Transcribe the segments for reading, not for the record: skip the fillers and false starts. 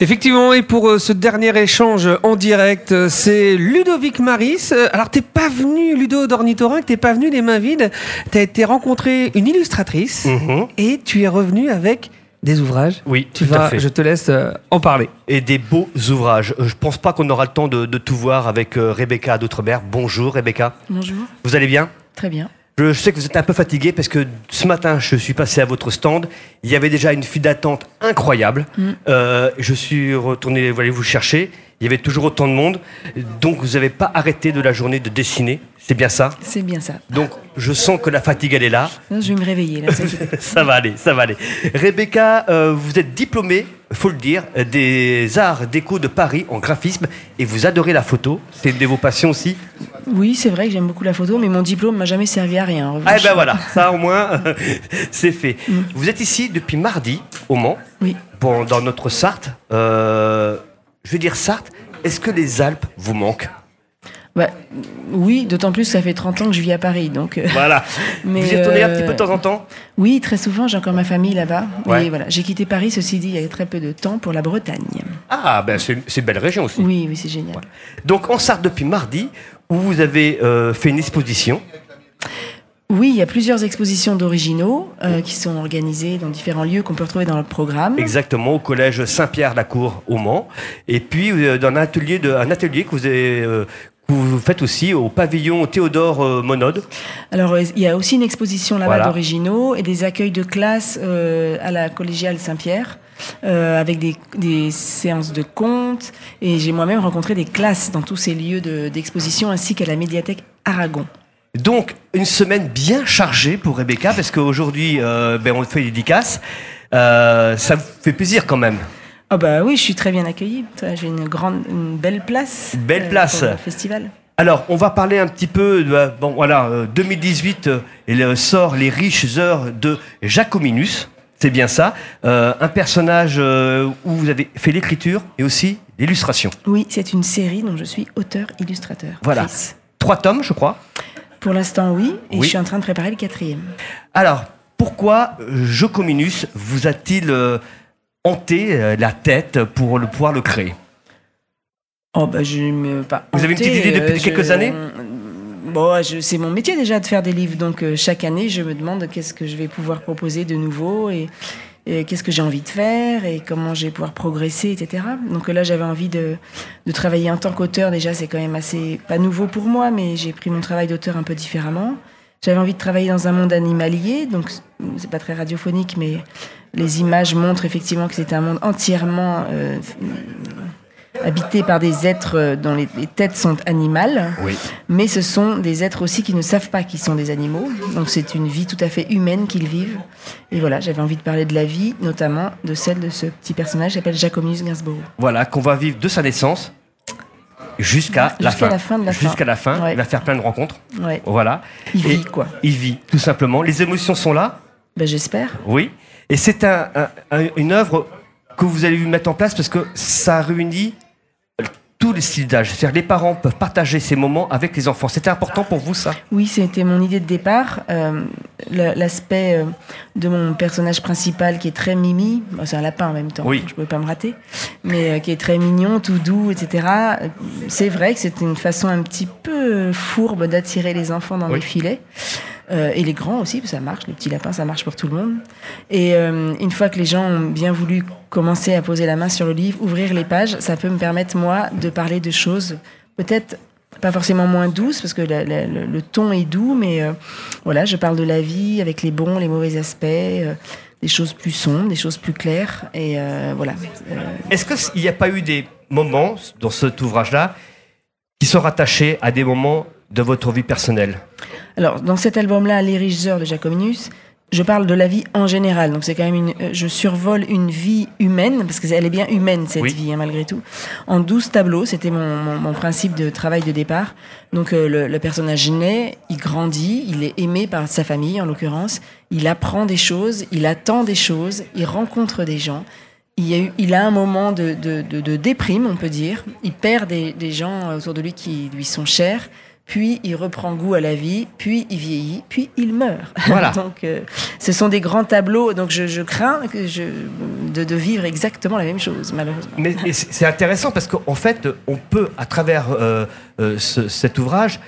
Effectivement, et pour ce dernier échange en direct, c'est Ludovic Maris. Alors, t'es pas venu, Ludo d'Ornithorynque, t'es pas venu les mains vides. T'as été rencontrer une illustratrice et tu es revenu avec des ouvrages. Oui, tout à fait. Je te laisse en parler. Et des beaux ouvrages. Je pense pas qu'on aura le temps de tout voir avec Rebecca d'Outremer. Bonjour Rebecca. Bonjour. Vous allez bien ? Très bien. Je sais que vous êtes un peu fatigué parce que ce matin, je suis passé à votre stand. Il y avait déjà une file d'attente incroyable. Je suis retourné vous chercher. Il y avait toujours autant de monde. Donc, vous n'avez pas arrêté de la journée de dessiner. C'est bien ça ? C'est bien ça. Donc, je sens que la fatigue, elle est là. Non, je vais me réveiller. Là, ça va aller. Rebecca, vous êtes diplômée, il faut le dire, des Arts Déco de Paris en graphisme et vous adorez la photo. C'est une de vos passions aussi ? Oui, c'est vrai que j'aime beaucoup la photo, mais mon diplôme m'a jamais servi à rien. Ah ben voilà, ça au moins, c'est fait. Vous êtes ici depuis mardi, au Mans. Oui. Bon, dans notre Sarthe. Je vais dire Sarthe, est-ce que les Alpes vous manquent ? Oui, d'autant plus que ça fait 30 ans que je vis à Paris. Donc, voilà. mais, vous y retournez un petit peu de temps en temps ? Oui, très souvent, j'ai encore ma famille là-bas. Ouais. Et voilà, j'ai quitté Paris, ceci dit, il y a très peu de temps, pour la Bretagne. Ah, ben c'est une belle région aussi. Oui, c'est génial. Voilà. Donc en Sarthe depuis mardi, où vous avez fait une exposition. Oui, il y a plusieurs expositions d'originaux qui sont organisées dans différents lieux qu'on peut retrouver dans le programme. Exactement, au collège Saint-Pierre-la-Cour au Mans. Et puis, dans un atelier que vous faites aussi au pavillon Théodore Monod. Alors, il y a aussi une exposition là-bas Voilà. d'originaux et des accueils de classe à la collégiale Saint-Pierre. Avec des séances de contes. Et j'ai moi-même rencontré des classes dans tous ces lieux d'exposition ainsi qu'à la médiathèque Aragon. Donc, une semaine bien chargée pour Rebecca, parce qu'aujourd'hui, on fait des dédicaces. Ça vous fait plaisir quand même. Ah bah oui, je suis très bien accueillie. J'ai une belle place. Belle place. Pour le festival. Alors, on va parler un petit peu de 2018, il sort Les riches heures de Jacominus. C'est bien ça. Un personnage où vous avez fait l'écriture et aussi l'illustration. Oui, c'est une série dont je suis auteur-illustrateur. Voilà. 3 tomes, je crois. Pour l'instant, oui. Et Oui. je suis en train de préparer le 4e. Alors, pourquoi Jacominus vous a-t-il hanté la tête pour pouvoir le créer ? Oh bah je me pas. Vous avez une petite idée depuis quelques années ? Bon, c'est mon métier déjà de faire des livres, donc chaque année je me demande qu'est-ce que je vais pouvoir proposer de nouveau et qu'est-ce que j'ai envie de faire et comment je vais pouvoir progresser, etc. Donc là j'avais envie de travailler en tant qu'auteur, déjà c'est quand même assez, pas nouveau pour moi, mais j'ai pris mon travail d'auteur un peu différemment. J'avais envie de travailler dans un monde animalier, donc c'est pas très radiophonique, mais les images montrent effectivement que c'est un monde entièrement habité par des êtres dont les têtes sont animales, Oui. mais ce sont des êtres aussi qui ne savent pas qu'ils sont des animaux. Donc c'est une vie tout à fait humaine qu'ils vivent. Et voilà, j'avais envie de parler de la vie, notamment de celle de ce petit personnage qui s'appelle Jacominus Gainsborough. Voilà, qu'on va vivre de sa naissance jusqu'à la fin. Jusqu'à la fin, Ouais. il va faire plein de rencontres. Ouais. Voilà. Il vit, quoi. Il vit, tout simplement. Les émotions sont là. Ben, j'espère. Oui. Et c'est une œuvre que vous allez mettre en place parce que ça réunit tous les styles d'âge. C'est-à-dire les parents peuvent partager ces moments avec les enfants. C'était important pour vous, ça ? Oui, c'était mon idée de départ. L'aspect de mon personnage principal qui est très mimi, c'est un lapin en même temps, Oui. je ne pouvais pas me rater, mais qui est très mignon, tout doux, etc. C'est vrai que c'était une façon un petit peu fourbe d'attirer les enfants dans les filets. Et les grands aussi, ça marche, les petits lapins, ça marche pour tout le monde. Et une fois que les gens ont bien voulu commencer à poser la main sur le livre, ouvrir les pages, ça peut me permettre, moi, de parler de choses peut-être pas forcément moins douces, parce que le ton est doux, mais voilà, je parle de la vie avec les bons, les mauvais aspects, des choses plus sombres, des choses plus claires, et voilà. Est-ce qu'il n'y a pas eu des moments dans cet ouvrage-là qui sont rattachés à des moments de votre vie personnelle ? Alors, dans cet album-là, Les riches heures de Jacominus, je parle de la vie en général. Donc, c'est quand même je survole une vie humaine, parce qu'elle est bien humaine, cette vie, malgré tout. En 12 tableaux, c'était mon principe de travail de départ. Donc, le personnage naît, il grandit, il est aimé par sa famille, en l'occurrence. Il apprend des choses, il attend des choses, il rencontre des gens. Il a un moment de déprime, on peut dire. Il perd des gens autour de lui qui lui sont chers. puis il reprend goût à la vie, puis il vieillit, puis il meurt. Voilà. Donc, ce sont des grands tableaux. Donc, je crains de vivre exactement la même chose, malheureusement. Mais c'est intéressant parce qu'en fait, on peut, à travers cet ouvrage,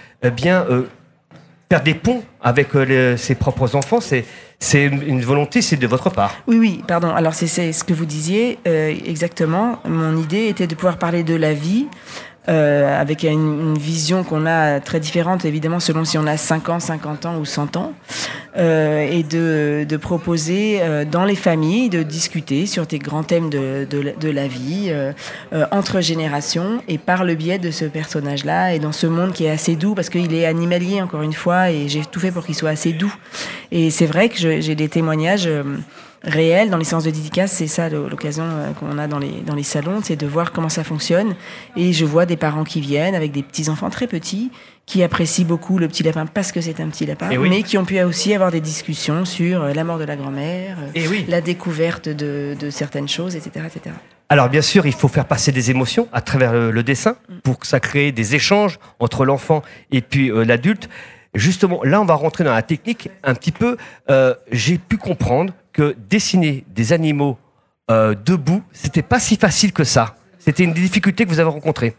faire des ponts avec ses propres enfants. C'est une volonté, c'est de votre part. Oui, pardon. Alors, c'est ce que vous disiez exactement. Mon idée était de pouvoir parler de la vie avec une vision qu'on a très différente, évidemment, selon si on a 5 ans, 50 ans ou 100 ans, et de proposer dans les familles, de discuter sur des grands thèmes de la vie, entre générations, et par le biais de ce personnage-là, et dans ce monde qui est assez doux, parce qu'il est animalier, encore une fois, et j'ai tout fait pour qu'il soit assez doux. Et c'est vrai que j'ai des témoignages réel dans les séances de dédicace. C'est ça l'occasion qu'on a dans les salons, c'est de voir comment ça fonctionne. Et je vois des parents qui viennent avec des petits enfants très petits qui apprécient beaucoup le petit lapin parce que c'est un petit lapin, mais qui ont pu aussi avoir des discussions sur la mort de la grand-mère, la découverte de certaines choses, etc., etc. Alors bien sûr, il faut faire passer des émotions à travers le dessin pour que ça crée des échanges entre l'enfant et puis l'adulte. Justement, là, on va rentrer dans la technique un petit peu. J'ai pu comprendre que dessiner des animaux debout, c'était pas si facile que ça. C'était une des difficultés que vous avez rencontrées.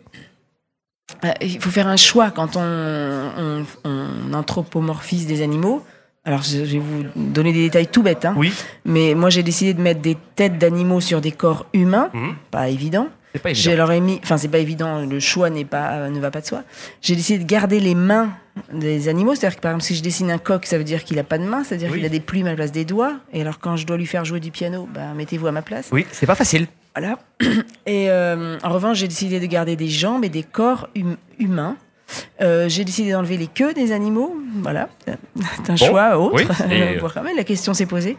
Il faut faire un choix quand on anthropomorphise des animaux. Alors, je vais vous donner des détails tout bêtes, hein. Oui. Mais moi, j'ai décidé de mettre des têtes d'animaux sur des corps humains. Pas évident. C'est pas évident. Je leur ai mis, enfin, c'est pas évident, le choix ne va pas de soi. J'ai décidé de garder les mains des animaux. C'est-à-dire que, par exemple, si je dessine un coq, ça veut dire qu'il a pas de mains, c'est-à-dire qu'il a des plumes à la place des doigts. Et alors, quand je dois lui faire jouer du piano, mettez-vous à ma place. Oui, c'est pas facile. Voilà. Et en revanche, j'ai décidé de garder des jambes et des corps humains. J'ai décidé d'enlever les queues des animaux. Voilà, c'est un choix autre. Oui, la question s'est posée.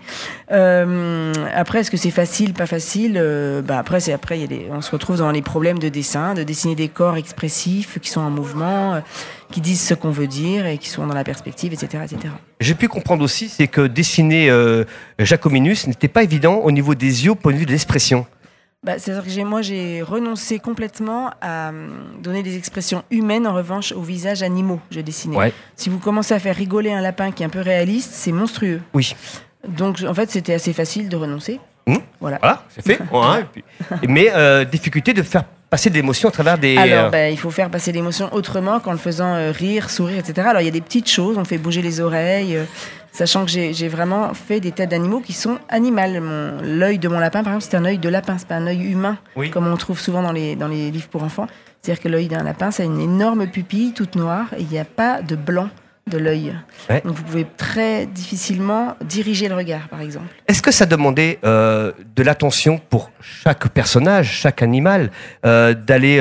Après, est-ce que c'est facile, pas facile? Après, on se retrouve dans les problèmes de dessin, de dessiner des corps expressifs qui sont en mouvement, qui disent ce qu'on veut dire et qui sont dans la perspective, etc., etc. J'ai pu comprendre aussi, c'est que dessiner Jacominus n'était pas évident au niveau des yeux, au point de vue de l'expression. C'est-à-dire que j'ai renoncé complètement à donner des expressions humaines, en revanche, aux visages animaux, je dessinais. Ouais. Si vous commencez à faire rigoler un lapin qui est un peu réaliste, c'est monstrueux. Oui. Donc, en fait, c'était assez facile de renoncer. Voilà, c'est fait. Mais difficulté de faire passer de l'émotion à travers des... Alors, il faut faire passer l'émotion autrement qu'en le faisant rire, sourire, etc. Alors, il y a des petites choses, on fait bouger les oreilles... Sachant que j'ai vraiment fait des têtes d'animaux qui sont animales. L'œil de mon lapin, par exemple, c'est un œil de lapin, c'est pas un œil humain, comme on trouve souvent dans les livres pour enfants. C'est-à-dire que l'œil d'un lapin, c'est une énorme pupille toute noire et il n'y a pas de blanc de l'œil. Ouais. Donc vous pouvez très difficilement diriger le regard, par exemple. Est-ce que ça demandait de l'attention pour chaque personnage, chaque animal, d'aller...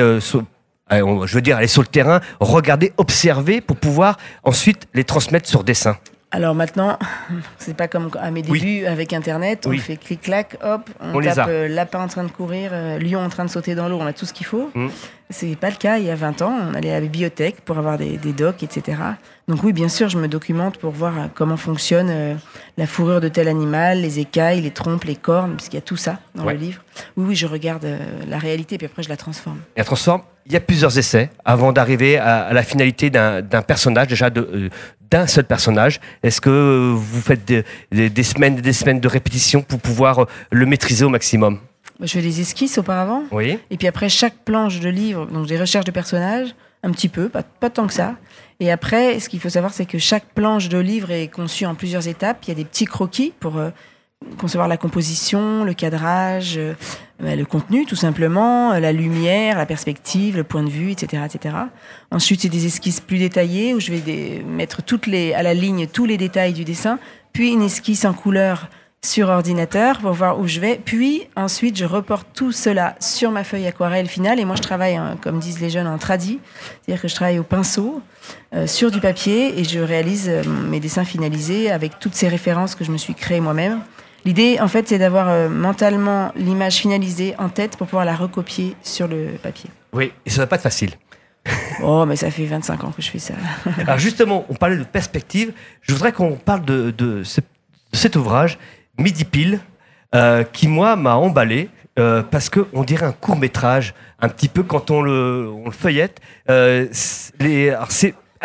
je veux dire, aller sur le terrain, regarder, observer pour pouvoir ensuite les transmettre sur dessin? Alors maintenant, c'est pas comme à mes débuts avec Internet, on fait clic-clac, hop, on tape lapin en train de courir, lion en train de sauter dans l'eau, on a tout ce qu'il faut. C'est pas le cas, il y a 20 ans, on allait à la bibliothèque pour avoir des docs, etc. Donc oui, bien sûr, je me documente pour voir comment fonctionne la fourrure de tel animal, les écailles, les trompes, les cornes, puisqu'il y a tout ça dans le livre. Oui, je regarde la réalité, puis après je la transforme. Et la transforme. Il y a plusieurs essais avant d'arriver à la finalité d'un personnage, déjà d'un seul personnage. Est-ce que vous faites des semaines de répétition pour pouvoir le maîtriser au maximum? Je fais des esquisses auparavant. Oui. Et puis après, chaque planche de livre, donc des recherches de personnages, un petit peu, pas tant que ça. Et après, ce qu'il faut savoir, c'est que chaque planche de livre est conçue en plusieurs étapes. Il y a des petits croquis pour concevoir la composition, le cadrage, le contenu tout simplement, la lumière, la perspective, le point de vue, etc., etc. Ensuite, c'est des esquisses plus détaillées où je vais mettre à la ligne tous les détails du dessin, puis une esquisse en couleur sur ordinateur pour voir où je vais, puis ensuite je reporte tout cela sur ma feuille aquarelle finale et moi je travaille, comme disent les jeunes, en tradi, c'est-à-dire que je travaille au pinceau sur du papier et je réalise mes dessins finalisés avec toutes ces références que je me suis créées moi-même. L'idée, en fait, c'est d'avoir mentalement l'image finalisée en tête pour pouvoir la recopier sur le papier. Oui, et ça ne va pas être facile. Oh, mais ça fait 25 ans que je fais ça. Alors justement, on parlait de perspective. Je voudrais qu'on parle de cet ouvrage, Midi Pile, qui, moi, m'a emballé parce qu'on dirait un court-métrage, un petit peu quand on le feuillette. C'est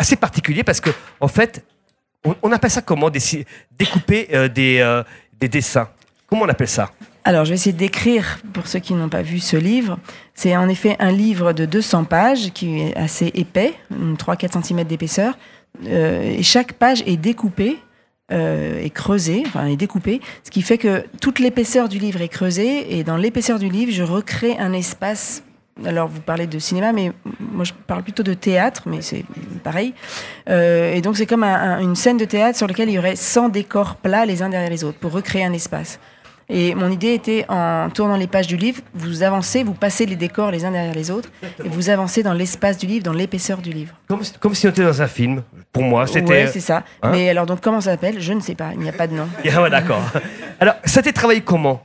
assez particulier parce que, en fait, on appelle ça comment? Découper des dessins. Comment on appelle ça? Alors, je vais essayer de décrire, pour ceux qui n'ont pas vu ce livre. C'est en effet un livre de 200 pages qui est assez épais, 3-4 cm d'épaisseur. Et chaque page est découpée, est creusée, enfin est découpée, ce qui fait que toute l'épaisseur du livre est creusée. Et dans l'épaisseur du livre, je recrée un espace. Alors, vous parlez de cinéma, mais moi, je parle plutôt de théâtre, mais c'est pareil. Et donc, c'est comme une scène de théâtre sur laquelle il y aurait 100 décors plats les uns derrière les autres pour recréer un espace. Et mon idée était, en tournant les pages du livre, vous avancez, vous passez les décors les uns derrière les autres, et vous avancez dans l'espace du livre, dans l'épaisseur du livre. Comme si on était dans un film. Pour moi, c'était... Ouais, c'est ça. Hein? Mais alors, donc, comment ça s'appelle? Je ne sais pas, il n'y a pas de nom. Ah ouais, d'accord. Alors, ça a été travaillé comment?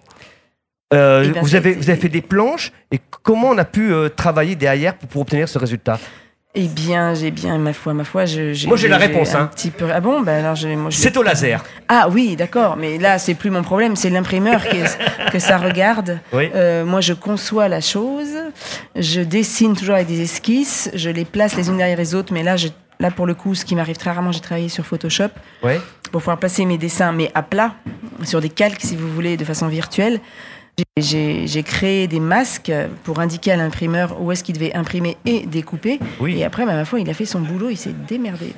Vous avez fait des planches, et comment on a pu travailler derrière pour obtenir ce résultat? Eh bien, ma foi, moi j'ai la réponse. Un petit peu... Ah bon, ben alors c'est au laser. Ah oui, d'accord, mais là c'est plus mon problème, c'est l'imprimeur que ça regarde. Oui. Moi je conçois la chose, je dessine toujours avec des esquisses, je les place les unes derrière les autres, mais là pour le coup, ce qui m'arrive très rarement, j'ai travaillé sur Photoshop pour pouvoir placer mes dessins, mais à plat, sur des calques si vous voulez, de façon virtuelle. J'ai créé des masques pour indiquer à l'imprimeur où est-ce qu'il devait imprimer et découper. Oui. Et après, ma foi, il a fait son boulot, il s'est démerdé.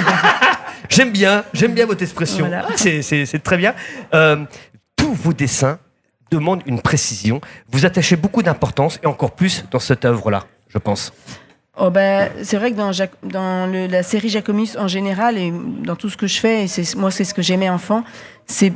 J'aime bien votre expression. Voilà. C'est très bien. Tous vos dessins demandent une précision. Vous attachez beaucoup d'importance, et encore plus dans cette œuvre-là, je pense. Oh c'est vrai que dans la série Jacquemus en général, et dans tout ce que je fais, et c'est ce que j'aimais enfant, c'est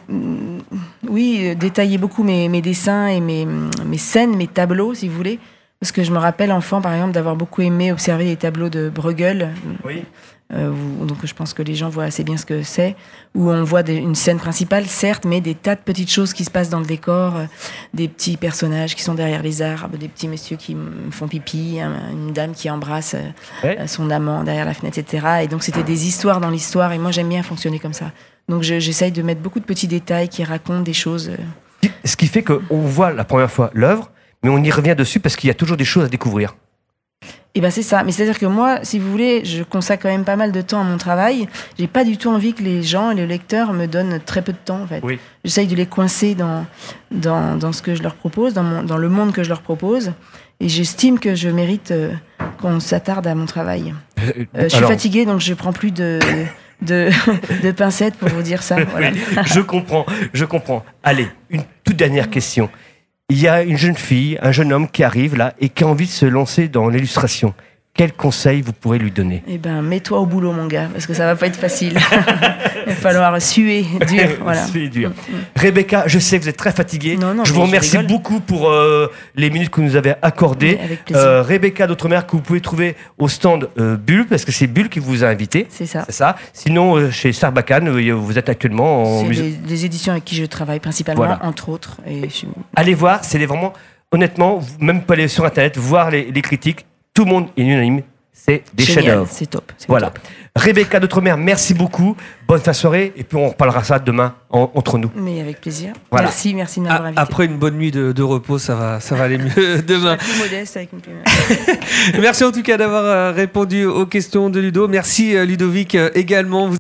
détailler beaucoup mes dessins et mes scènes, mes tableaux, si vous voulez. Parce que je me rappelle enfant, par exemple, d'avoir beaucoup aimé observer les tableaux de Bruegel. Oui. Donc je pense que les gens voient assez bien ce que c'est, où on voit une scène principale, certes, mais des tas de petites choses qui se passent dans le décor, des petits personnages qui sont derrière les arbres, des petits messieurs qui font pipi, une dame qui embrasse son amant derrière la fenêtre, etc. Et donc c'était des histoires dans l'histoire, et moi j'aime bien fonctionner comme ça. Donc j'essaye de mettre beaucoup de petits détails qui racontent des choses. Ce qui fait qu'on voit la première fois l'œuvre, mais on y revient dessus parce qu'il y a toujours des choses à découvrir. Et ben c'est ça. Mais c'est-à-dire que moi, si vous voulez, je consacre quand même pas mal de temps à mon travail. J'ai pas du tout envie que les gens et les lecteurs me donnent très peu de temps, en fait. Oui. J'essaye de les coincer dans ce que je leur propose, dans le monde que je leur propose. Et j'estime que je mérite qu'on s'attarde à mon travail. Je suis fatiguée, donc je prends plus de pincettes pour vous dire ça. Voilà. Je comprends. Allez, une toute dernière question. Il y a une jeune fille, un jeune homme qui arrive là et qui a envie de se lancer dans l'illustration. Quel conseil vous pourrez lui donner? Eh ben, mets-toi au boulot, mon gars, parce que ça va pas être facile. Il va falloir suer dur. Voilà. Suer dur. Rebecca, je sais que vous êtes très fatiguée. Non, je vous remercie beaucoup pour les minutes que vous nous avez accordées. Oui, avec plaisir. Rebecca d'Outremer, que vous pouvez trouver au stand Bulle, parce que c'est Bulle qui vous a invité. C'est ça. Sinon, chez Sarbacane, vous êtes actuellement en musique. C'est des éditions avec qui je travaille principalement, entre autres. Et allez voir, c'est vraiment, honnêtement, même pas aller sur Internet, voir les critiques. Tout le monde est unanime, c'est des chefs-d'œuvre. C'est top. Voilà. Top. Rebecca d'Outremer, merci beaucoup. Bonne fin de soirée. Et puis on reparlera ça demain entre nous. Mais avec plaisir. Voilà. Merci de m'avoir invité. Après une bonne nuit de repos, ça va aller mieux demain. Je suis plus modeste avec une plume. Merci en tout cas d'avoir répondu aux questions de Ludo. Merci Ludovic également.